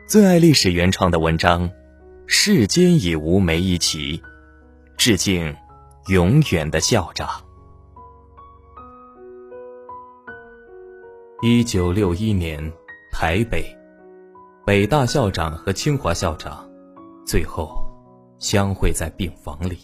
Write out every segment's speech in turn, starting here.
最爱历史原创的文章，世间已无梅贻琦，致敬永远的校长。1961年，台北，北大校长和清华校长最后相会在病房里。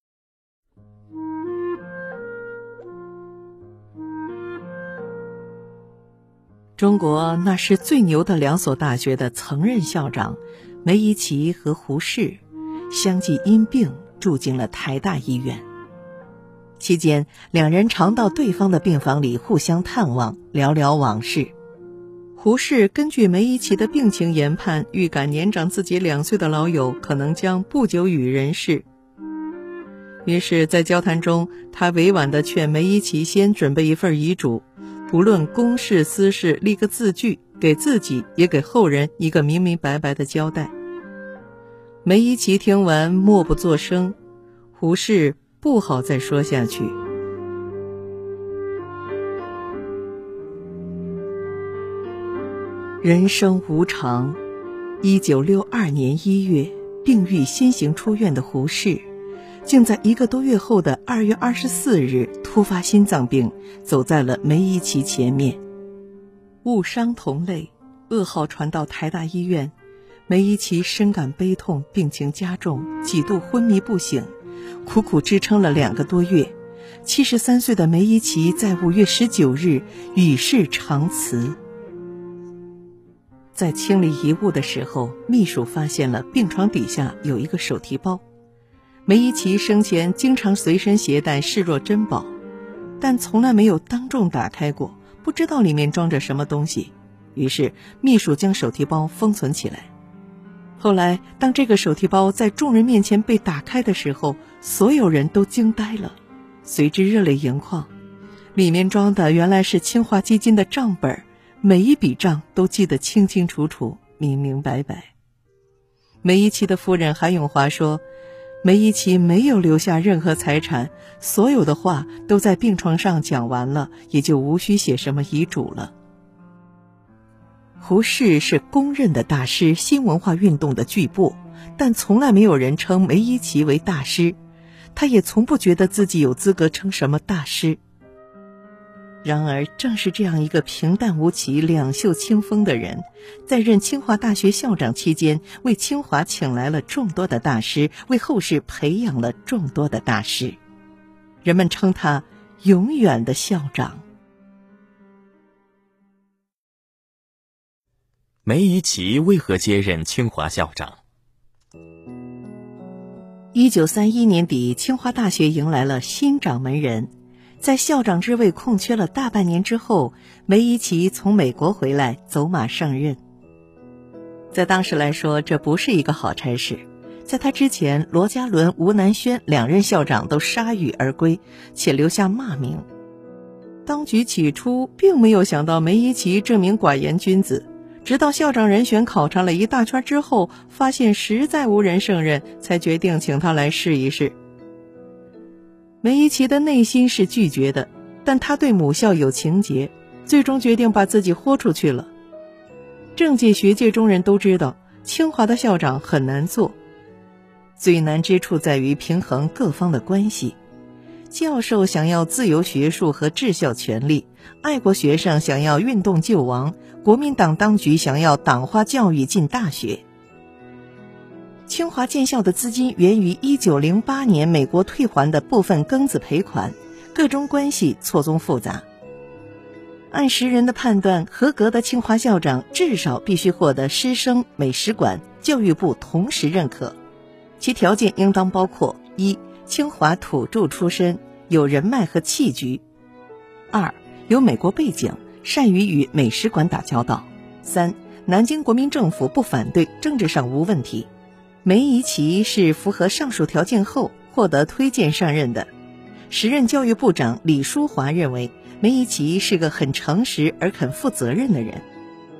中国那是最牛的两所大学的曾任校长梅贻琦和胡适相继因病住进了台大医院。期间，两人常到对方的病房里互相探望，聊聊往事。胡适根据梅贻琦的病情研判，预感年长自己2岁的老友可能将不久与人世。于是在交谈中，他委婉地劝梅贻琦先准备一份遗嘱，不论公事私事，立个字据，给自己也给后人一个明明白白的交代。梅贻琦听完默不作声，胡适不好再说下去。人生无常，1962年1月，病愈先行出院的胡适，竟在1个多月后的2月24日突发心脏病，走在了梅贻琦前面。误伤同类，噩耗传到台大医院，梅贻琦深感悲痛，病情加重，几度昏迷不醒，苦苦支撑了2个多月。73岁的梅贻琦在5月19日与世长辞。在清理遗物的时候，秘书发现了病床底下有一个手提包。梅贻琦生前经常随身携带，视若珍宝，但从来没有当众打开过，不知道里面装着什么东西。于是秘书将手提包封存起来。后来当这个手提包在众人面前被打开的时候，所有人都惊呆了，随之热泪盈眶。里面装的原来是清华基金的账本，每一笔账都记得清清楚楚，明明白白。梅贻琦的夫人韩永华说，梅贻琦没有留下任何财产，所有的话都在病床上讲完了，也就无需写什么遗嘱了。胡适是公认的大师，新文化运动的巨擘，但从来没有人称梅贻琦为大师，他也从不觉得自己有资格称什么大师。然而正是这样一个平淡无奇、两袖清风的人，在任清华大学校长期间，为清华请来了众多的大师，为后世培养了众多的大师。人们称他永远的校长。 梅贻琦为何接任清华校长 ？1931年底，清华大学迎来了新掌门人。在校长之位空缺了大半年之后，梅贻琦从美国回来，走马上任。在当时来说，这不是一个好差事。在他之前，罗家伦、吴南轩2任校长都铩羽而归，且留下骂名。当局起初并没有想到梅贻琦这名寡言君子，直到校长人选考察了一大圈之后，发现实在无人胜任，才决定请他来试一试。梅贻琦的内心是拒绝的，但他对母校有情结，最终决定把自己豁出去了。政界学界中人都知道，清华的校长很难做，最难之处在于平衡各方的关系。教授想要自由学术和治校权利，爱国学生想要运动救亡，国民党当局想要党化教育进大学。清华建校的资金源于1908年美国退还的部分庚子赔款，各种关系错综复杂。按时人的判断，合格的清华校长至少必须获得师生、美食馆、教育部同时认可，其条件应当包括： 1. 清华土著出身，有人脉和气局； 2. 有美国背景，善于与美食馆打交道； 3. 南京国民政府不反对，政治上无问题。梅贻琦是符合上述条件后获得推荐上任的。时任教育部长李书华认为，梅贻琦是个很诚实而肯负责任的人。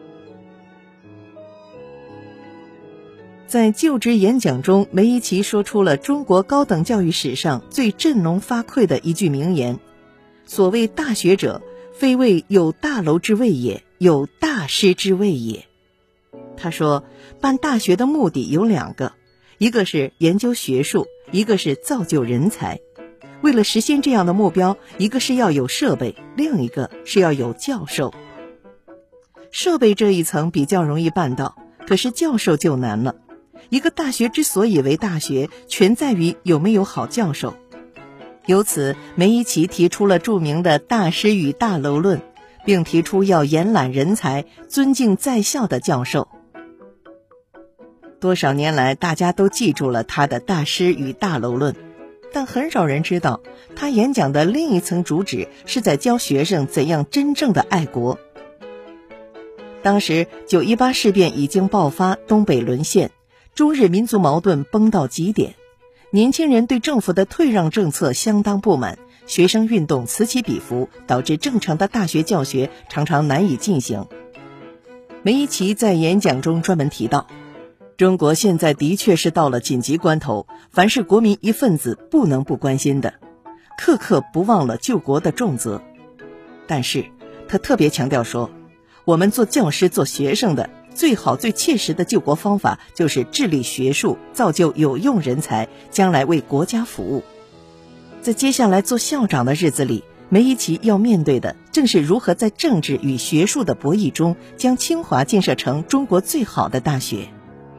在就职演讲中，梅贻琦说出了中国高等教育史上最振聋发聩的一句名言：所谓大学者，非谓有大楼之谓也，有大师之谓也。 他说，办大学的目的有2个，一个是研究学术，一个是造就人才。为了实现这样的目标，一个是要有设备，另一个是要有教授。设备这一层比较容易办到，可是教授就难了。一个大学之所以为大学，全在于有没有好教授。由此，梅贻琦提出了著名的大师与大楼论，并提出要延揽人才，尊敬在校的教授。多少年来，大家都记住了他的大师与大楼论，但很少人知道，他演讲的另一层主旨是在教学生怎样真正的爱国。当时918事变已经爆发，东北沦陷，中日民族矛盾崩到极点，年轻人对政府的退让政策相当不满，学生运动此起彼伏，导致正常的大学教学常常难以进行。梅贻琦在演讲中专门提到，中国现在的确是到了紧急关头，凡是国民一份子不能不关心的，刻刻不忘了救国的重责。但是他特别强调说，我们做教师做学生的最好最切实的救国方法就是致力学术，造就有用人才，将来为国家服务。在接下来做校长的日子里，梅贻琦要面对的正是如何在政治与学术的博弈中，将清华建设成中国最好的大学。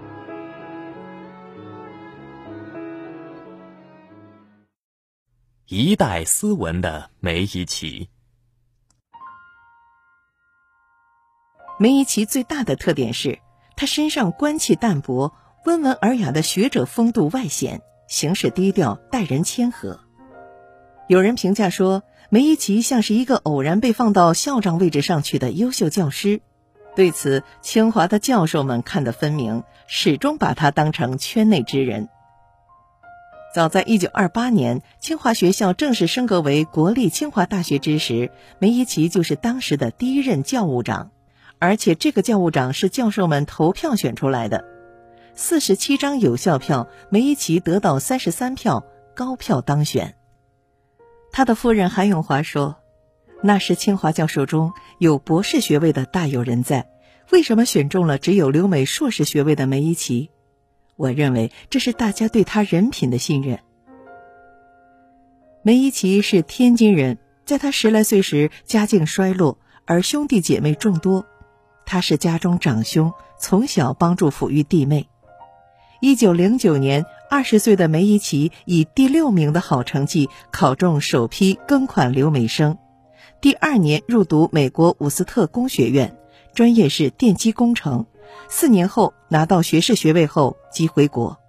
一代斯文的梅贻琦。 梅贻琦最大的特点是，他身上官气淡泊，温文尔雅的学者风度外显，行事低调，待人谦和。有人评价说，梅贻琦像是一个偶然被放到校长位置上去的优秀教师。对此，清华的教授们看得分明，始终把他当成圈内之人。早在1928年，清华学校正式升格为国立清华大学之时，梅贻琦就是当时的第一任教务长。而且这个教务长是教授们投票选出来的，47张有效票，梅贻琦得到33票，高票当选。他的夫人韩永华说，那时清华教授中有博士学位的大有人在，为什么选中了只有留美硕士学位的梅贻琦？我认为这是大家对他人品的信任。梅贻琦是天津人，在他10来岁时家境衰落，而兄弟姐妹众多，他是家中长兄，从小帮助抚育弟妹。1909年，20岁的梅贻琦以第6名的好成绩考中首批庚款留美生，第2年入读美国伍斯特工学院，专业是电机工程，4年后拿到学士学位后即回国。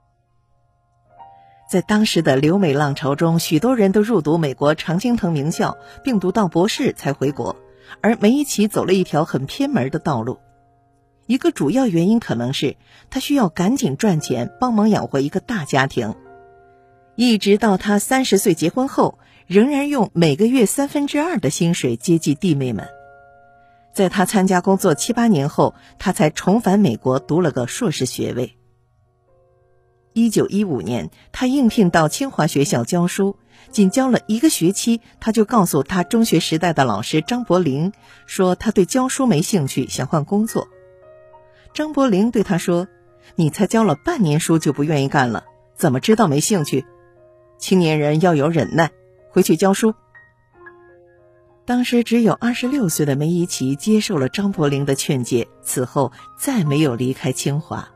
在当时的留美浪潮中，许多人都入读美国常青藤名校，并读到博士才回国，而梅贻琦走了一条很偏门的道路。一个主要原因可能是他需要赶紧赚钱，帮忙养活一个大家庭。一直到他30岁结婚后，仍然用每个月2/3的薪水接济弟妹们。在他参加工作7、8年后，他才重返美国读了个硕士学位。1915年，他应聘到清华学校教书，仅教了1个学期，他就告诉他中学时代的老师张伯苓，说他对教书没兴趣，想换工作。张伯苓对他说，你才教了半年书就不愿意干了，怎么知道没兴趣？青年人要有忍耐，回去教书。当时只有26岁的梅贻琦接受了张伯苓的劝诫，此后再没有离开清华。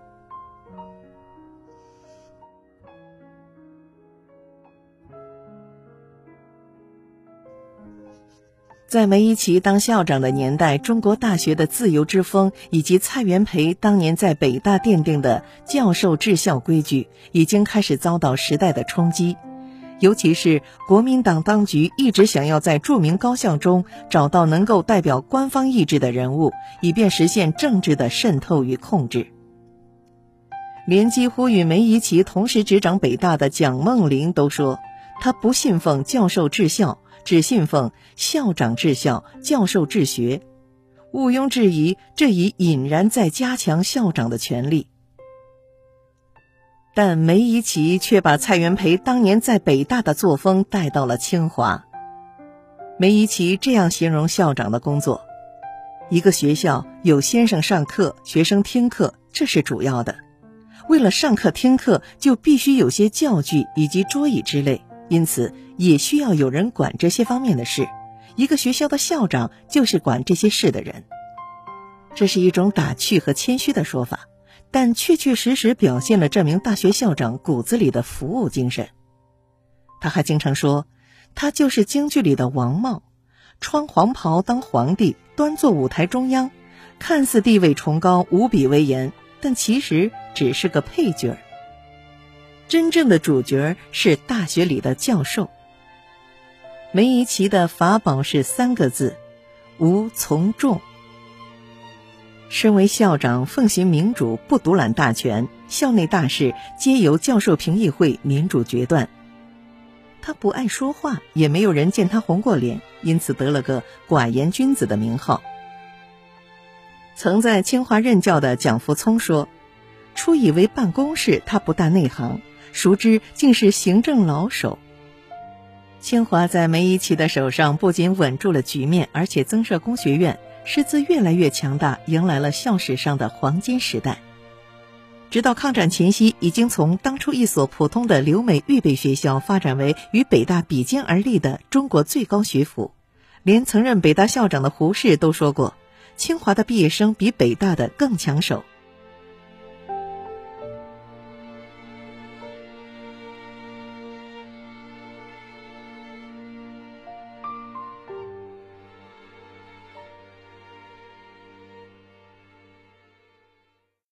在梅贻琦当校长的年代，中国大学的自由之风以及蔡元培当年在北大奠定的教授治校规矩已经开始遭到时代的冲击，尤其是国民党当局一直想要在著名高校中找到能够代表官方意志的人物，以便实现政治的渗透与控制。连几乎与梅贻琦同时执掌北大的蒋梦麟都说，他不信奉教授治校，只信奉校长治校，教授治学。毋庸置疑，这已隐然在加强校长的权力。但梅贻琦却把蔡元培当年在北大的作风带到了清华。梅贻琦这样形容校长的工作： 一个学校有先生上课，学生听课，这是主要的。为了上课听课，就必须有些教具以及桌椅之类，因此也需要有人管这些方面的事。一个学校的校长就是管这些事的人。这是一种打趣和谦虚的说法，但确确实实表现了这名大学校长骨子里的服务精神。他还经常说，他就是京剧里的王茂，穿黄袍当皇帝，端坐舞台中央，看似地位崇高，无比威严，但其实只是个配角。真正的主角是大学里的教授。梅贻琦的法宝是3个字：无从众。身为校长，奉行民主，不独揽大权，校内大事皆由教授评议会民主决断。他不爱说话，也没有人见他红过脸，因此得了个寡言君子的名号。曾在清华任教的蒋福聪说，初以为办公室他不大内行，孰知竟是行政老手。清华在梅贻琦的手上不仅稳住了局面，而且增设工学院，师资越来越强大，迎来了校史上的黄金时代。直到抗战前夕，已经从当初一所普通的留美预备学校发展为与北大比肩而立的中国最高学府。连曾任北大校长的胡适都说过，清华的毕业生比北大的更抢手。